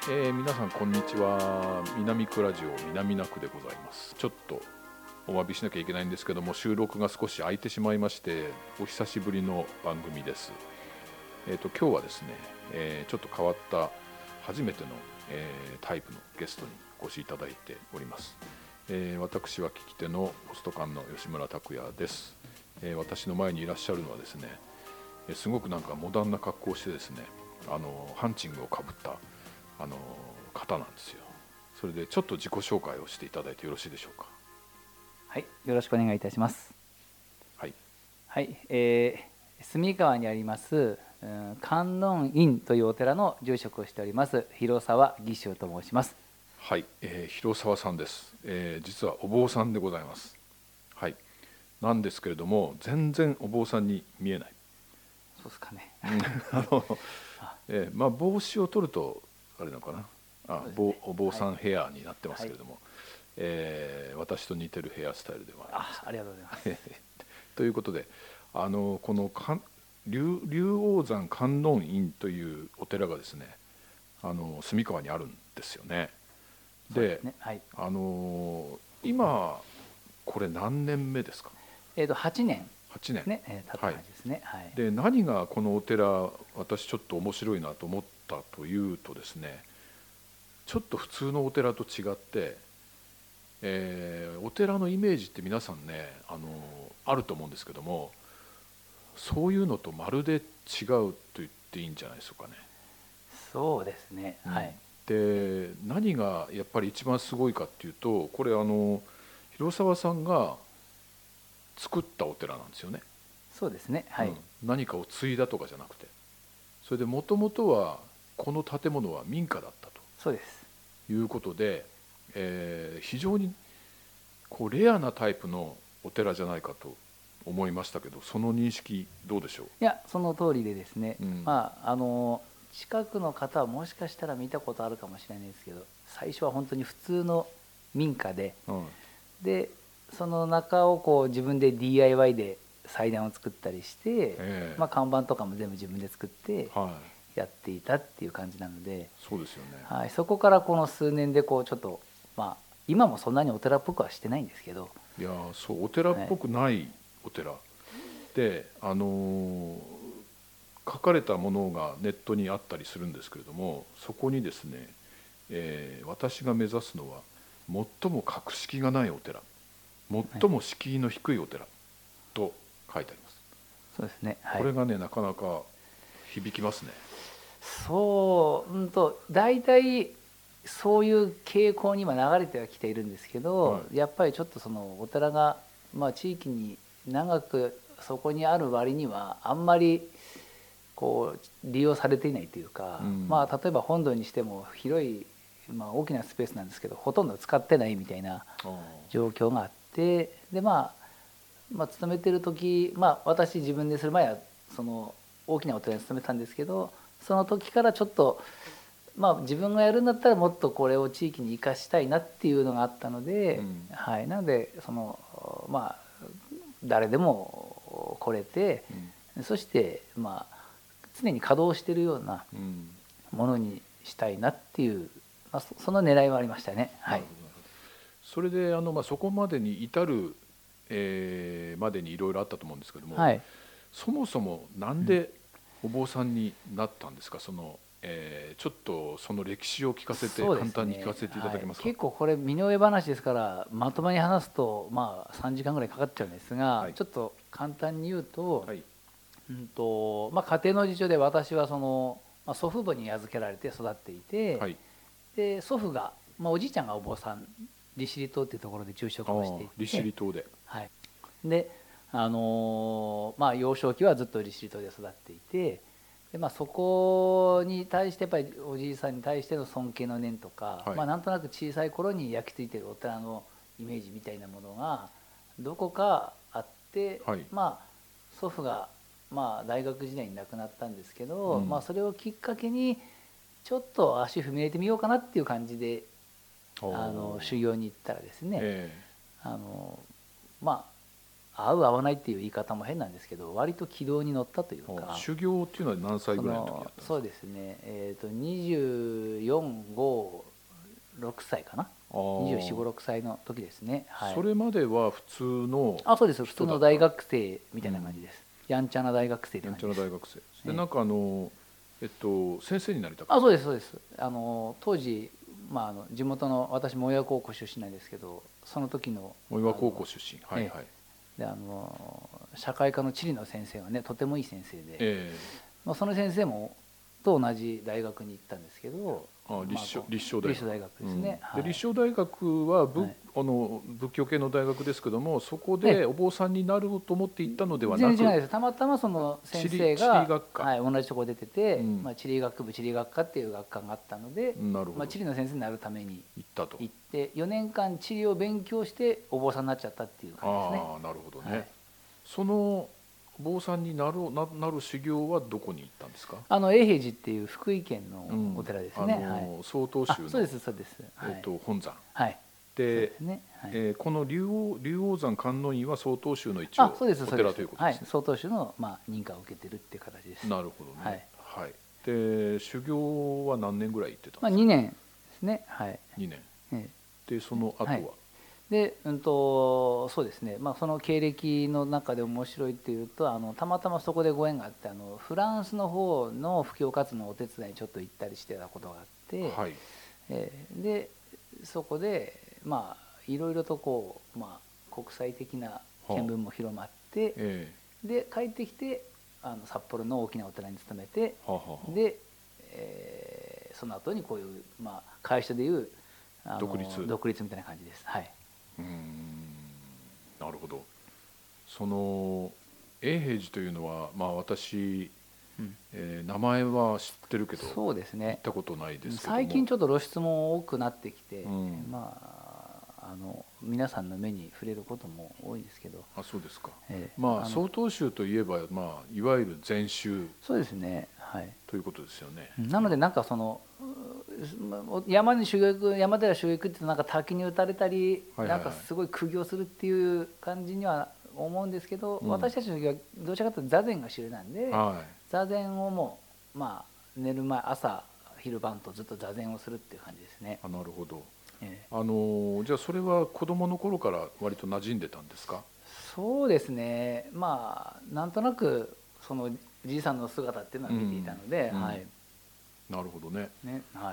皆さんこんにちは。南区ラジオ南区でございます。ちょっとお詫びしなきゃいけないんですけども、収録が少し空いてしまいまして、お久しぶりの番組です。今日はですね、ちょっと変わった初めての、タイプのゲストにお越しいただいております。私は聞き手のホスト館の吉村拓也です。私の前にいらっしゃるのはですね、すごくなんかモダンな格好をしてですね、ハンチングをかぶった方なんですよ。それでちょっと自己紹介をしていただいてよろしいでしょうか。 はい、よろしくお願いいたします。 はい。 はい、住川にあります、観音院というお寺の住職をしております広沢義修と申します。 はい、広沢さんです。実はお坊さんでございます。はい。なんですけれども、全然お坊さんに見えない。 そうですかね。 あの、まあ帽子を取るとあれなのかな。 そうですね。 お坊さはい。 んヘアになってますはい。 けれども、私と似てるヘアスタイルではありますけありがとうございます。 ど。ということで、この龍王山観音院というお寺がですね、住川にあるんですよね。で、 そうですね。はい。 今これ何年目ですか？ 8年 8年。 ね、経ったはい。 感じですね。はい。 で、何がこのお寺私ちょっと面白いなと思ったというとですね、ちょっと普通のお寺と違って、お寺のイメージって皆さんね、あると思うんですけども、そういうのとまるで違うと言っていいんじゃないでしょうかね。 そうですね。 うん、 はい。 で、何がやっぱり一番すごいかっていうと、これ広沢さんが作ったお寺なんですよね。 そうですね。はい。 うん、何かを継いだとかじゃなくて、それでもともとはこの建物は民家だったそうです。 ということで、非常にこうレアなタイプのお寺じゃないかと思いましたけど、その認識どうでしょう？ いや、その通りでですね。 うん、 近くの方はもしかしたら見たことあるかもしれないですけど、最初は本当に普通の民家で、 うん、 でその中をこう自分で DIY で祭壇を作ったりして、 え看板とかも全部自分で作ってはい、 やっていたっていう感じなので、 そうですよね。 はい、そこからこの数年でこうちょっと、今もそんなにお寺っぽくはしてないんですけど、 いやそうお寺っはい、 ぽくないお寺で、書かれたものがネットにあったりするんですけれども、そこにですね、私が目指すのは最も格式がないお寺、 はい、 最も敷居の低いお寺と書いてあります。 そうですね。はい。 これがねなかなか響きますね。 大体そういう傾向に今流れてはきているんですけど、 はい。 やっぱりちょっとそのお寺が、地域に長くそこにある割にはあんまりこう利用されていないというか、 うん。 例えば本堂にしても広い、大きなスペースなんですけどほとんど使ってないみたいなああ。 状況があって、で勤めてる時、私自分でする前はその大きなお寺に勤めたんですけど、その時からちょっと、自分がやるんだったらもっとこれを地域に生かしたいなっていうのがあったので、 うん。 はい、なので誰でも来れて、 うん。 そして常に稼働しているようなうん。 ものにしたいなっていう、その狙いはありましたね。はい。 なるほどなるほど。それでそこまでに至る、までにいろいろあったと思うんですけども、 はい。 そもそもなんうん、 でお坊さんになったんですか？ちょっとその歴史を聞かせてそうで簡単に聞かすね、 せていたはい、 だけますか？ 結構これ身の上話ですからまともに話すと3時間ぐらいかかっちゃうんですが、 はい。 ちょっと簡単に言うと、 はい。 家庭の事情で私は祖父母に預けられて育っていて、 はい。 で祖父が、おじいちゃんがお坊さん、利尻島っていうところで住あ職をしていあ、利て、 尻島で。 はい、で幼少期はずっと利尻島で育っていて、で、そこに対してやっぱりおじいさんに対しての尊敬の念とか、 はい。 なんとなく小さい頃に焼き付いてるお寺のイメージみたいなものがどこかあって、 はい。 祖父が大学時代に亡くなったんですけど、 うん。 それをきっかけにちょっと足踏み入れてみようかなっていう感じでおお。 修行に行ったらですね、 えあのま合う合わないっていう言い方も変なんですけど、割と軌道に乗ったというか。 修行っていうのは何歳ぐらいの時だったんですか？ そうですね、24、5、6歳かな、24、5、6歳の時ですね。はい、 それまでは普通のそうです、普通の大学生みたいな感じです。やんちゃな大学生ってやんちゃ感じです。 な大学生で、なんか先生になりたかった。 そうですそうです。当時、地元の私も親高校出身なんですけど、その時の大岩高校出身。はいはい。 で社会科の地理の先生はね、とてもいい先生で、その先生もと同じ大学に行ったんですけど、 立正大学ですね。 で立正大学は仏教系の大学ですけども、そこでお坊さんになろうと思って行ったのではなく、 全然違いです。たまたまその先生が地理学科、 同じところ出てて、地理学部地理学科っていう学科があったので、地理の先生になるために行って4年間地理を勉強してお坊さんになっちゃったっていう感じですね。 なるほどね。そのお坊さんになる修行はどこに行ったんですか？ 永平寺っていう福井県のお寺ですね。 曹洞宗のそうですそうです。 本山。 はいで、この龍王山観音院は曹洞宗の一応お寺ということですね。 曹洞宗の認可を受けてるっていう形です。 なるほどね。はい。で修行は何年ぐらい行ってたんですか？ 2年ですね。はい。 2年。でその後は。 でそうですね、その経歴の中で面白いっていうと、たまたまそこでご縁があって、フランスの方の布教活動のお手伝いにちょっと行ったりしてたことがあって、でそこでいろいろとこう、国際的な見聞も広まって、で帰ってきて札幌の大きなお寺に勤めて、で、その後にこういう、会社でいう独立みたいな感じです。はい。 なるほど。その永平寺というのは、私、名前は知ってるけど、 そうですね、 行ったことないですけども、 最近ちょっと露出も多くなってきて、皆さんの目に触れることも多いですけど。 そうですか。曹洞宗といえば、いわゆる禅宗、 そうですね、はい、 ということですよね。 なのでなんかその山寺修行ってなんか滝に打たれたり、なんかすごい苦行するっていう感じには思うんですけど、私たちの時はどちらかというと座禅が主流なんで、座禅をもう寝る前朝昼晩とずっと座禅をするっていう感じですね。 なるほど。じゃあそれは子供の頃から割と馴染んでたんですか？ そうですね、なんとなくそのじいさんの姿っていうのは見ていたので、 なるほどね。 はい。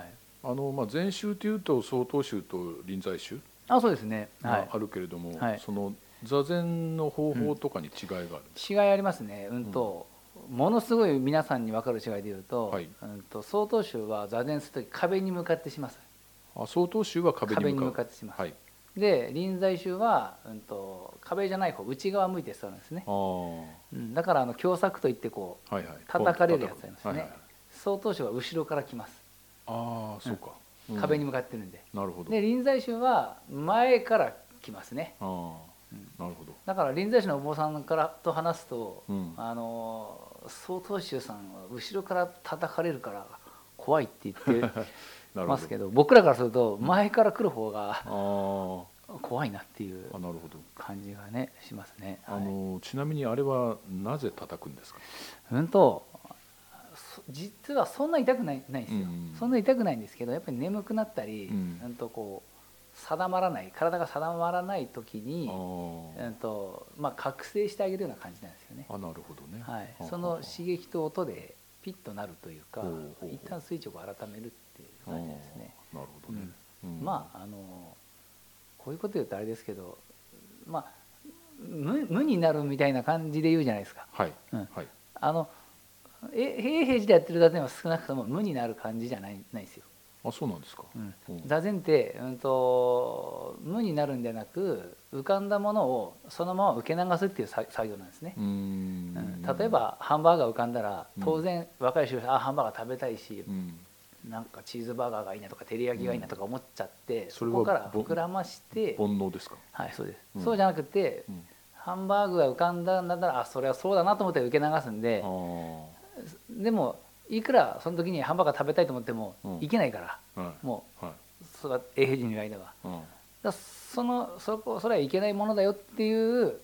禅宗というと曹洞宗と臨済宗そうですね、 あるけれども、その座禅の方法とかに違いがあるんですか？ 違いありますね。ものすごい皆さんに分かる違いで言うと、曹洞宗は座禅する時壁に向かってします。 曹洞宗は壁に向かってします。で臨済宗は、壁じゃない方内側向いて座るんですね。だから狭窄といってこう、叩かれるやつありますね。曹洞宗は後ろから来ます。 そうか。 壁に向かってるんで。 なるほど。 で臨済宗は前から来ますね。 なるほど。 だから臨済宗のお坊さんからと話すと、曹洞宗さんは後ろから叩かれるから怖いって言ってますけど、僕らからすると前から来る方が怖いなっていう感じがねしますね。 ちなみにあれはなぜ叩くんですか？ 実はそんな痛くないんですよ。そんな痛くないんですけど、やっぱり眠くなったり、こう体が定まらない時に覚醒してあげるような感じなんですよね。 なるほどね。 その刺激と音でピッとなるというか、一旦垂直を改めるっていう感じですね。 なるほどね。 こういうこと言うとあれですけど、無になるみたいな感じで言うじゃないですか。永平寺でやってる座禅は少なくとも無になる感じじゃないですよ。 そうなんですか。 座禅って、無になるんではなく、浮かんだものをそのまま受け流すっていう作業なんですね。例えばハンバーガー浮かんだら、当然若い人はハンバーガー食べたいし、なんかチーズバーガーがいいなとか照り焼きがいいなとか思っちゃって、そこから膨らまして煩悩ですか？ そうです。そうじゃなくて、ハンバーグが浮かんだんだったらそれはそうだなと思って受け流すんで、でもいくらその時にハンバーガー食べたいと思ってもいけないから、もうそれは永平寺にいる間は、それはいけないものだよっていう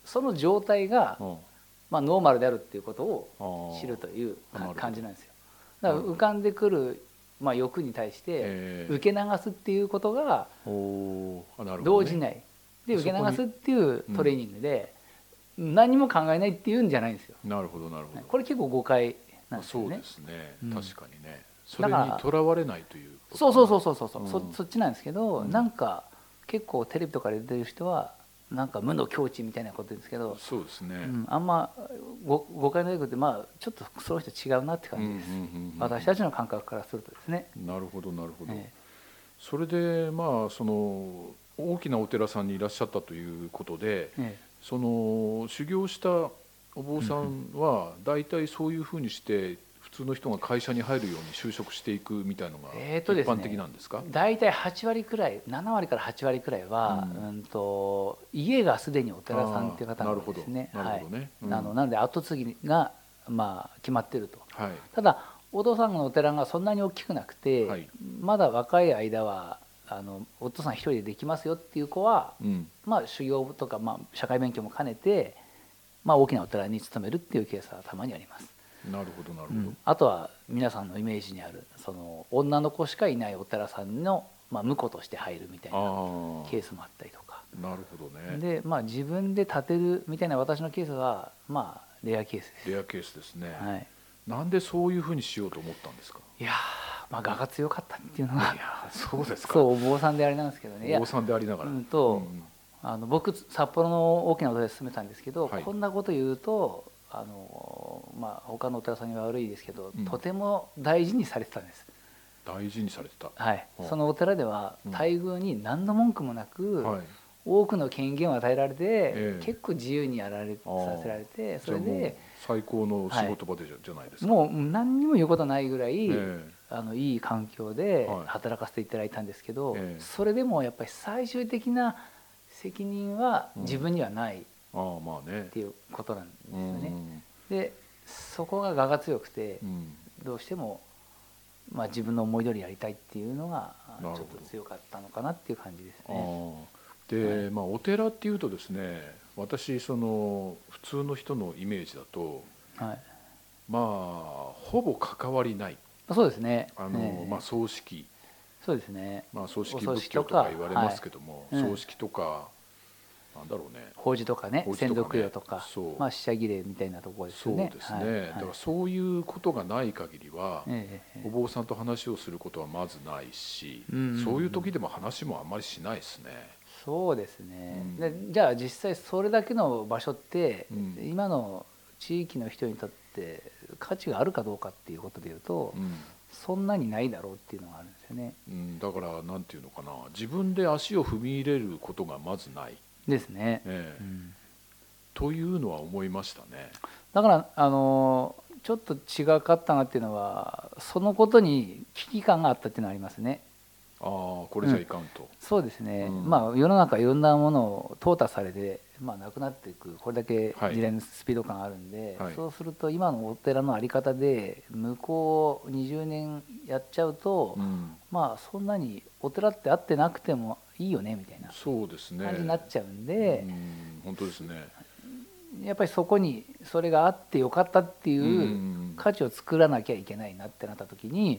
その状態が、 うんまあ、ノーマルであるっていうことをあー知るというなるほど感じなんですよ。だから浮かんでくる、まあ、欲に対して受け流すっていうことがなるほどね、 動じないで受け流すっていうトレーニングで何も考えないっていうんじゃないんですよ。 なるほどなるほど。 これ結構誤解なんですよね。 そうですね、 うん確かにね。それにとらわれないということそうそうそうそうそう、 うんそっちなんですけど、 うんなんか結構テレビとかで出てる人はなんか無の境地みたいなこと言うんですけど、 そうですね、 あんま誤解のよくて、まあちょっとその人違うなって感じです。私たちの感覚からするとですね。 なるほどなるほど、 えそれでまあその大きなお寺さんにいらっしゃったということで、 えその修行したお坊さんは大体そういうふうにして普通の人が会社に入るように就職していくみたいのが一ですね般的なんですか？ 大体8割くらい、7割から8割くらいは、家がすでにお寺さんっていう方が多いですね。 なるほどね、 なので後継ぎがまあ決まってると。 はい、 ただお父さんのお寺がそんなに大きくなくて、 はい、 まだ若い間はお父さん一人でできますよっていう子は、まあ修行とか、まあ、社会勉強も兼ねて、まあ、大きなお寺に勤めるっていうケースはたまにあります。 なるほどなるほど、 あとは皆さんのイメージにあるその女の子しかいないお寺さんの、まあ、婿として入るみたいなケースもあったりとか。 なるほどね。 で、まあ、自分で建てるみたいな私のケースはまあレアケースです。 レアケースですね、 はい、 なんでそういうふうにしようと思ったんですか？ いやまあ我が強かったっていうのがそうですか。 そうお坊さんであれなんですけどね。 お坊さんでありながら、 僕札幌の大きなお寺に住めたんですけど、 はい、 こんなこと言うとまあ、他のお寺さんには悪いですけど、とても大事にされてたんです。 大事にされてた。 はい、そのお寺では待遇に何の文句もなく、多くの権限を与えられて、結構自由にやられさせられて、それで最高の仕事場でじゃないですか。 もう何にも言うことないぐらい、いい環境で働かせていただいたんですけど、それでもやっぱり最終的な責任は自分にはないっていうことなんですよね。でそこが我が強くて、どうしても、まあ、自分の思い通りやりたいっていうのがちょっと強かったのかなっていう感じですね。 で、まあ、お寺っていうとですね、私その普通の人のイメージだと、まあほぼ関わりない。 そうですね。 まあ、葬式、 そうですね、 まあ、葬式仏教とか言われますけども、葬式とかなんだろうね、 法事とかね、先祖供養とか、まあ死者儀礼みたいなところですよね。 そうですね、だからそういうことがない限りは、お坊さんと話をすることはまずないし、そういう時でも話もあんまりしないですね。 そうですね、じゃあ実際それだけの場所って、今の地域の人にとって価値があるかどうかっていうことでいうと、そんなにないだろうっていうのがあるんですよね。 だからなんていうのかな、自分で足を踏み入れることがまずないですね、 というのは思いましたね。 だからちょっと違かったなっていうのは、そのことに危機感があったっていうのはありますね。 これじゃいかんと、 そうですね、まあ世の中いろんなものを淘汰されて、まあ、なくなっていく、これだけ時代のスピード感があるんで、そうすると今のお寺の在り方で向こう20年やっちゃうと、まあそんなにお寺ってあってなくてもいいよねみたいな感じになっちゃうんで、 本当ですね。 やっぱりそこにそれがあってよかったっていう価値を作らなきゃいけないなってなった時に、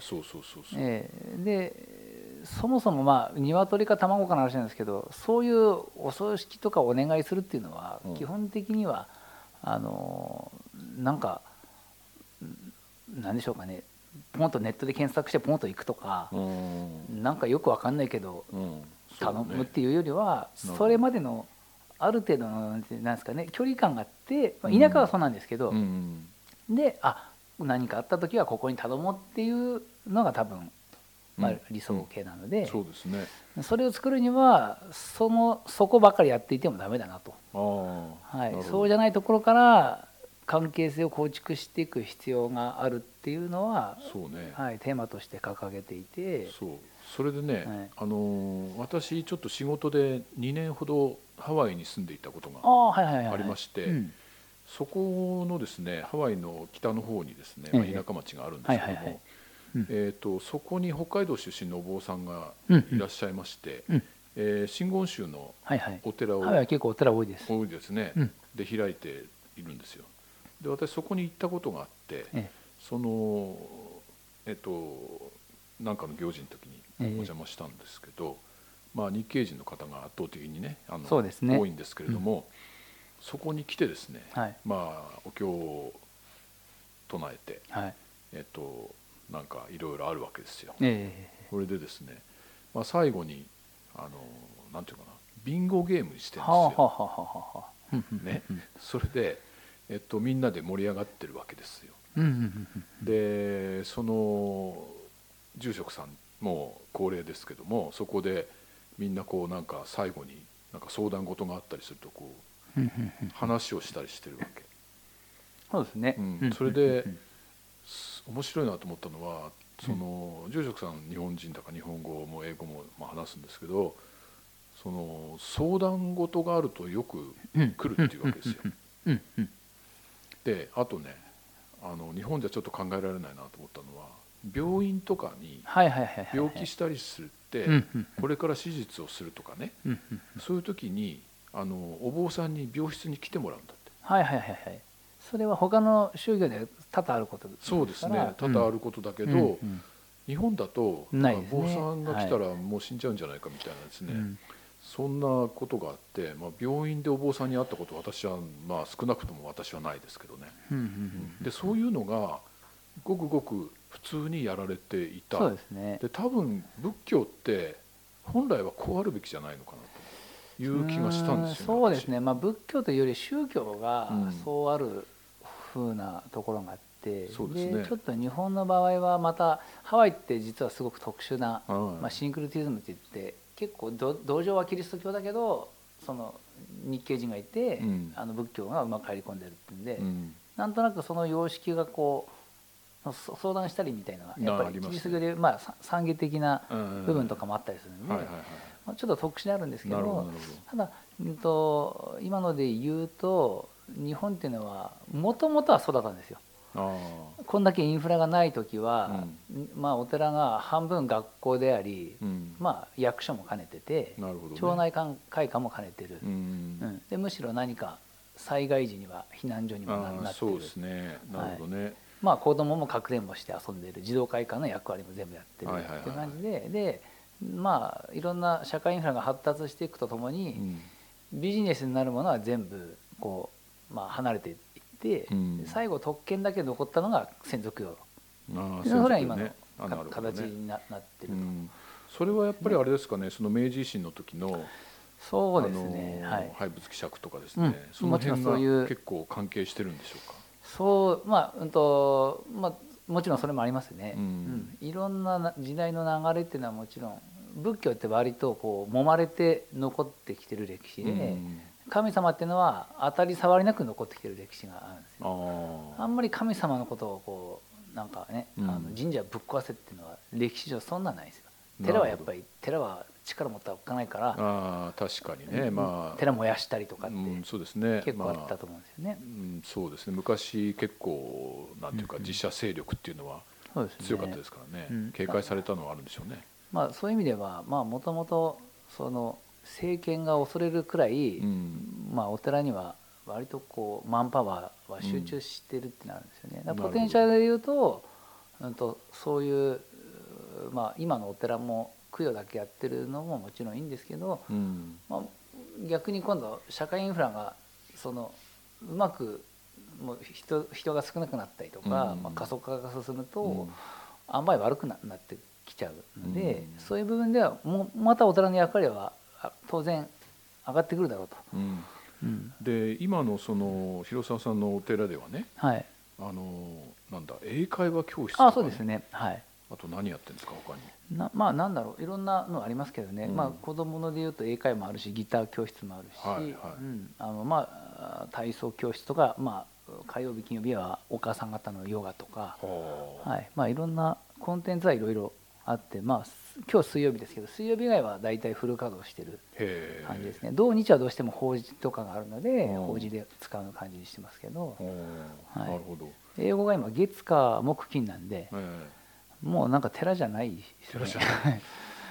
でそもそもまあ鶏か卵かの話なんですけど、そういうお葬式とかお願いするっていうのは基本的にはなんか何でしょうかね、ポンとネットで検索してポンと行くとか、なんかよく分かんないけど頼むっていうよりは、それまでのある程度のなんですかね、距離感があって、田舎はそうなんですけど、で何かあった時はここに頼もうっていうのが多分理想形なので、それを作るにはそこばかりやっていてもダメだなと、そうじゃないところから関係性を構築していく必要があるっていうのはテーマとして掲げていて、 それでね、私ちょっと仕事で2年ほどハワイに住んでいたことがありまして、そこのですねハワイの北の方にですね、田舎町があるんですけども、そこに北海道出身のお坊さんがいらっしゃいまして、 真言宗のはいはい。 お寺をハワイは結構お寺多いです。 多いですね、 うん。 で開いているんですよ。で私そこに行ったことがあって、 えそのなんかの行事の時におえ邪魔したんですけど、まあ日系人の方が圧倒的にねそうですね。 多いんですけれども、そこに来てですね、 はいまあお経を唱えてはい。 なんかいろいろあるわけですよ。 えそれでですね、まあ、最後になんていうかな、ビンゴゲームにしてるんですよ。 はあはあはあはあはあ。うんうんね、それで、みんなで盛り上がってるわけですよ。 うんうんうんうん。 でその住職さんも高齢ですけども、そこでみんなこうなんか最後になんか相談事があったりするとこううんうんうん。 話をしたりしてるわけ、 そうですね。 それで面白いなと思ったのは、その住職さん日本人だから日本語も英語もまあ話すんですけど、その相談事があるとよく来るっていうわけですよ。であとね、日本じゃちょっと考えられないなと思ったのは、病院とかにはいはいはいはい。 病気したりするってこれから手術をするとかね、そういう時にお坊さんに病室に来てもらうんだって。 はいはいはいはい。それは他の宗教で多々あることですから。 そうですね、多々あることだけど、日本だとなんか坊さんが来たらもう死んじゃうんじゃないかみたいなですね、そんなことがあって、まあ、病院でお坊さんに会ったこと私はまあ少なくとも私はないですけどね。でそういうのがごくごく普通にやられていた。 そうですね。 で多分仏教って本来はこうあるべきじゃないのかなという気がしたんですよね。 そうですね。まあ仏教というより宗教がそうある風なところがあって、 そうですね、 ちょっと日本の場合はまたハワイって実はすごく特殊な、 はい、 まあ、シンクルティズムって言って結構道場はキリスト教だけどその日系人がいて、仏教がうまく入り込んでるっていうんで、なんとなくその様式がこう相談したりみたいなのがやっぱりキリスト教でまあ懺悔的な部分とかもあったりするので、まあちょっと特殊であるんですけど、ただ、今ので言うと日本っていうのはもともとはそうだったんですよ。こんだけインフラがない時は、まあお寺が半分学校であり、まあ役所も兼ねてて、町内会館も兼ねてる、でむしろ何か災害時には避難所にもなってる。 そうですね、なるほどね。 まあ子供もかくれんぼして遊んでいる児童会館の役割も全部やってるっていう感じで、まあいろんな社会インフラが発達していくとともに、ビジネスになるものは全部こう、まあ、離れていって、最後特権だけ残ったのが専属養老、それは今の形になってると。 それはやっぱりあれですかね、その明治維新の時のそうですね、 廃仏毀釈とかですね、その辺が結構関係してるんでしょうか。 そうまあまあもちろんそれもありますね。いろんな時代の流れっていうのはもちろん仏教って割とこう揉まれて残ってきてる歴史で、神様っていうのは当たり障りなく残ってきてる歴史があるんですよ。あんまり神様のことをこうなんかね、神社ぶっ壊せっていうのは歴史上そんなないですよ。寺はやっぱり寺は力持ったらおっかないから、 確かにね、まあ寺燃やしたりとかってそうですね、 結構あったと思うんですよね。 そうですね、昔結構なんていうか自社勢力っていうのは強かったですからね、警戒されたのはあるんでしょうね。 まあそういう意味ではもともとその政権が恐れるくらい、まあお寺には割とこうマンパワーは集中してるってなるんですよね。ポテンシャルでいうと、そういうまあ今のお寺も供養だけやってるのももちろんいいんですけど、まあ、逆に今度社会インフラがそのうまくもう人が少なくなったりとか、まあ、過疎化が進むと、塩梅悪くなってきちゃうので、そういう部分ではまたお寺の役割は当然上がってくるだろうと。 で今のその広沢さんのお寺ではね、なんだ英会話教室とか、ね、 そうですね、はい。 あと何やってるんですか他に。 まあなんだろう、いろんなのありますけどね、まあ子供のでいうと英会話もあるしギター教室もあるし、まあ体操教室とか、まあ火曜日金曜日はお母さん方のヨガとか、まあいろんなコンテンツはいろいろあって、まあ今日水曜日ですけど水曜日以外はだいたいフル稼働してる感じですね。土日はどうしても法事とかがあるので法事で使う感じにしてますけど、 なるほど。 英語が今月火木金なんで、もうなんか寺じゃないですね。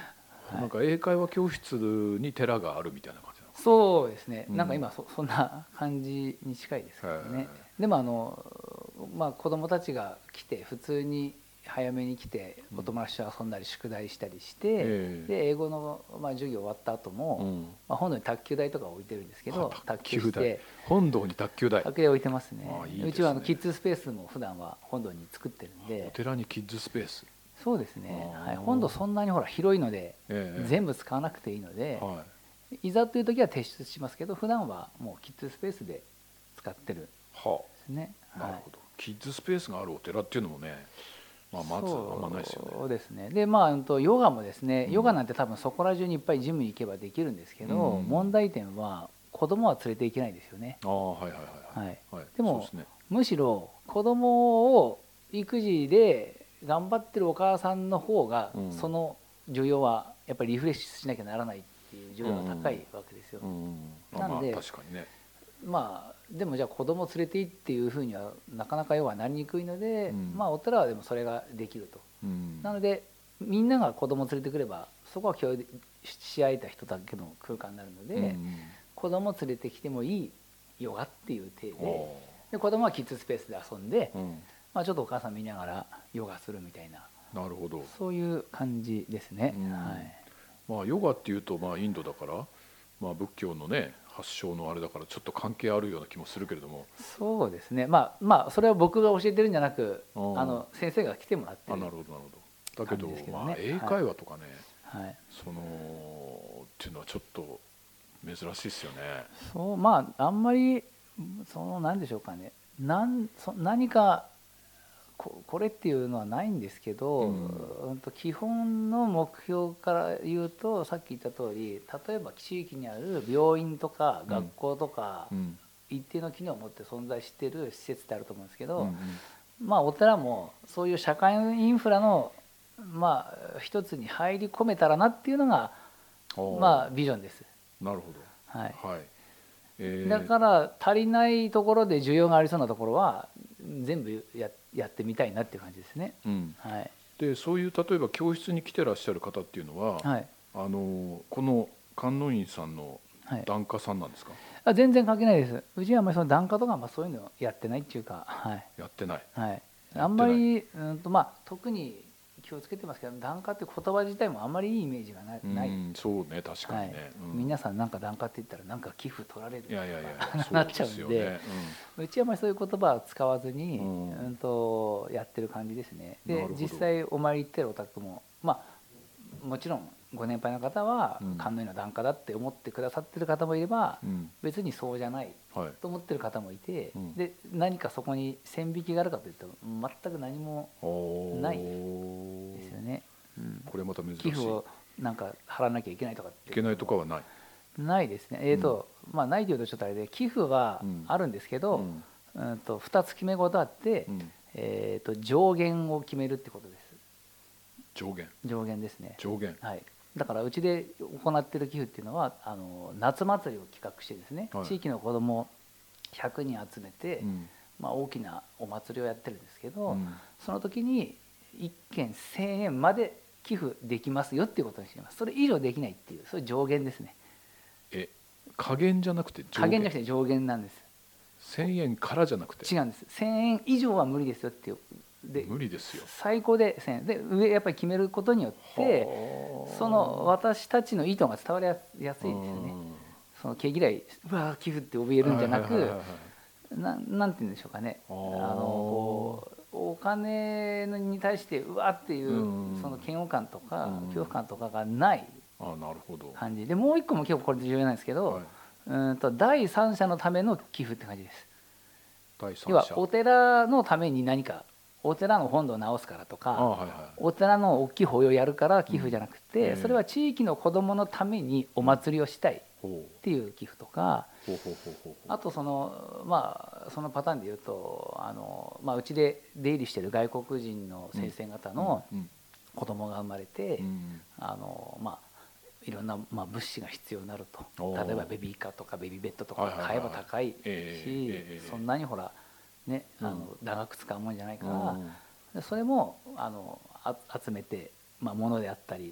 なんか英会話教室に寺があるみたいな感じなのかそうですね、 うんなんか今そんな感じに近いですけどね。 へでも子供たちが来て普通に早めに来てお友達と遊んだり宿題したりして、 えで英語の授業終わった後も、 うん本堂に卓球台とか置いてるんですけど、 あ卓球して本堂に卓球台。 卓球台置いてますね。 あいいですねうちはキッズスペースも普段は本堂に作ってるんおで。 寺にキッズスペース。 そうですね、はい、 あー本堂そんなにほら広いので、 ええ全部使わなくていいので、 はいざという時は提出しますけど、普段はもうキッズスペースで使ってるんではすね。 あ、なるほど。キッズスペースがあるお寺っていうのもね、まあまずあんまないですよね。 そうですね。でヨガもですね、ヨガなんて多分そこら中にいっぱいジムに行けばできるんですけど、 うん問題点は子供は連れていけないんですよね。 ああはいはいはいはいはい。 でもそうですね。 むしろ子供を育児で頑張ってるお母さんの方が、 うんその需要はやっぱりリフレッシュしなきゃならないっていう需要が高いわけですよ。 うんなんでまあ確かにね。 でもじゃあ子供連れて行っていうふうにはなかなか要はなりにくいので、 うんお寺はでもそれができると。 うんなのでみんなが子供連れてくればそこは共有し合えた人だけの空間になるので、 うん子供連れてきてもいいヨガっていう体おで子供はキッズスペースで遊んで、 うんちょっとお母さん見ながらヨガするみたいな、 なるほど。 そういう感じですね。 うんはいまあヨガっていうとインドだから、仏教のね発祥のあれだからちょっと関係あるような気もするけれども。 そうですね。それは僕が教えてるんじゃなく、先生が来てもらってるなるほどなるほど。だけど感じですけどね英会話とかね、 はいそのっていうのはちょっと珍しいですよね。 そうあんまり何でしょうかね、何かこれっていうのはないんですけど、基本の目標から言うとさっき言った通り、例えば地域にある病院とか学校とか、 うん一定の機能を持って存在している施設ってあると思うんですけど、 うんお寺もそういう社会インフラの一つに入り込めたらなっていうのがビジョンです。 なるほど。 はいはいだから足りないところで需要がありそうなところは全部やってみたいなっていう感じですね。はい、 でそういう例えば教室に来てらっしゃる方っていうのは、 はい、 この観音院さんのはい檀家さんなんですか？ 全然関係ないです。うちはあんまりその檀家とかそういうのやってないっていうか、はいやってない。 はい、あんまり特に気をつけてますけど、檀家って言葉自体もあんまりいいイメージがない。 そうね確かにね。 皆さん檀家って言ったら寄付取られるいやなっちゃうんで、うちはあんまりそういう言葉を使わずにやってる感じですね。で実際お参り行ってるお宅ももちろんご年配の方は観音院の檀家だって思ってくださってる方もいれば、別にそうじゃないと思ってる方もいて、で何かそこに線引きがあるかというと全く何もないですよね。 これまた珍しい。 寄付を払わなきゃいけないとかっていけないとかはない。 ないですね。ないというとちょっとあれで、寄付はあるんですけど、2つ決め事あって、上限を決めるってことです。上限ですね。はい。だからうちで行っている寄付っていうのは夏祭りを企画してですね、地域の子ども100人集めて、大きなお祭りをやってるんですけど、その時に1件1000円まで寄付できますよっていうことにしています。それ以上できないっていう、そういう上限ですね。 加減じゃなくて加減じゃなくて上限なんです。 1000円からじゃなくて。 違うんです。1000円以上は無理ですよっていう。で無理ですよ。 最高で1000円で、上やっぱり決めることによってその私たちの意図が伝わりやすいですよね。その毛嫌い、うわ寄付って怯えるんじゃなく、なんて言うんでしょうかね、お金に対してうわっていうその嫌悪感とか恐怖感とかがない感じで、もう一個も結構これ重要なんですけど、第三者のための寄付って感じです。要はお寺のために何か、お寺の本堂を直すからとか、お寺の大きい法要をやるから寄付じゃなくて、それは地域の子どものためにお祭りをしたいっていう寄付とか、あとそのパターンで言うとうちで出入りしてる外国人の先生方の子供が生まれて、いろんな物資が必要になると、例えばベビーカーとかベビーベッドとか買えば高いし、そんなにね、長く使うもんじゃないから、それも集めて、物であったり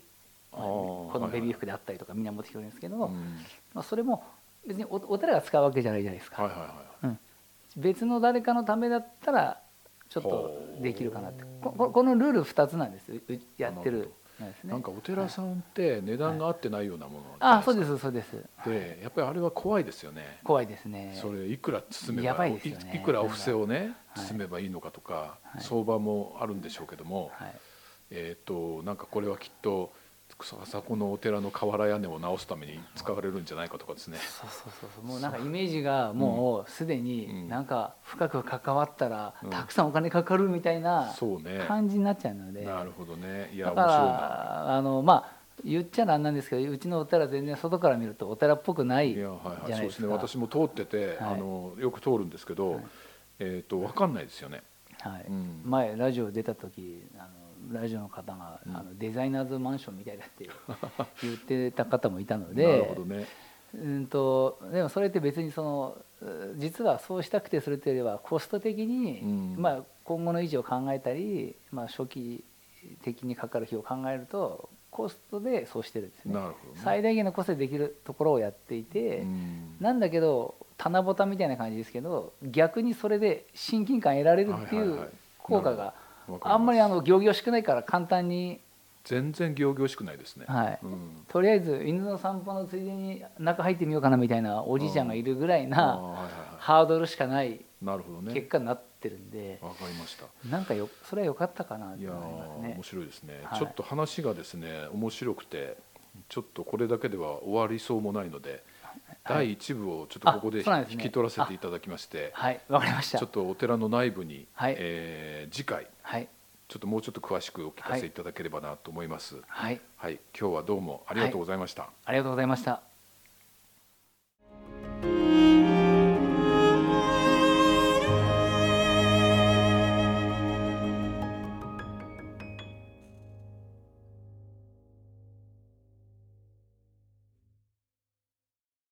このベビー服であったりとかみんな持ってきてるんですけど、 うんそれも別にお寺が使うわけじゃないじゃないですか、 はいはいはい別の誰かのためだったらちょっとできるかなって、このルール2つなんですやってるなんですね。 なんかお寺さんって値段が合ってないようなものそうですそうです。 でやっぱりあれは怖いですよね。 怖いですね。 それいくら包めばやばいですよね。 いくらお布施をね包めばいいのかとか、相場もあるんでしょうけども、なんかこれはきっとあそこのお寺の瓦屋根を直すために使われるんじゃないかとかですね。 そうもうなんかイメージがもうすでになんか深く関わったらたくさんお金かかるみたいな感じになっちゃうので、 なるほどね。いやだからまあ言っちゃなんなんですけど、うちのお寺全然外から見るとお寺っぽくないじゃないですか。 私も通っててよく通るんですけど、分かんないですよね。 前ラジオ出た時ラジオの方がデザイナーズマンションみたいだって言ってた方もいたので、 なるほどね。 でもそれって別に実はそうしたくてするというよりはコスト的に、今後の維持を考えたり、初期的にかかる費用を考えるとコストでそうしてるんですね。最大限のコストでできるところをやっていて、なんだけど棚ぼたみたいな感じですけど、逆にそれで親近感得られるっていう効果があんまり仰々しくないから簡単に。 全然仰々しくないですね。 とりあえず犬の散歩のついでに中入ってみようかなみたいなおじいちゃんがいるぐらいなハードルしかない結果になってるんで、 わかりました。 なんかそれは良かったかなと思いますね。 面白いですね。ちょっと話がですね面白くて、ちょっとこれだけでは終わりそうもないので、第1部をちょっとここで引き取らせていただきまして、 わかりました。 ちょっとお寺の内部に次回ちょっともうちょっと詳しくお聞かせいただければなと思います。はい、今日はどうもありがとうございました。 ありがとうございました。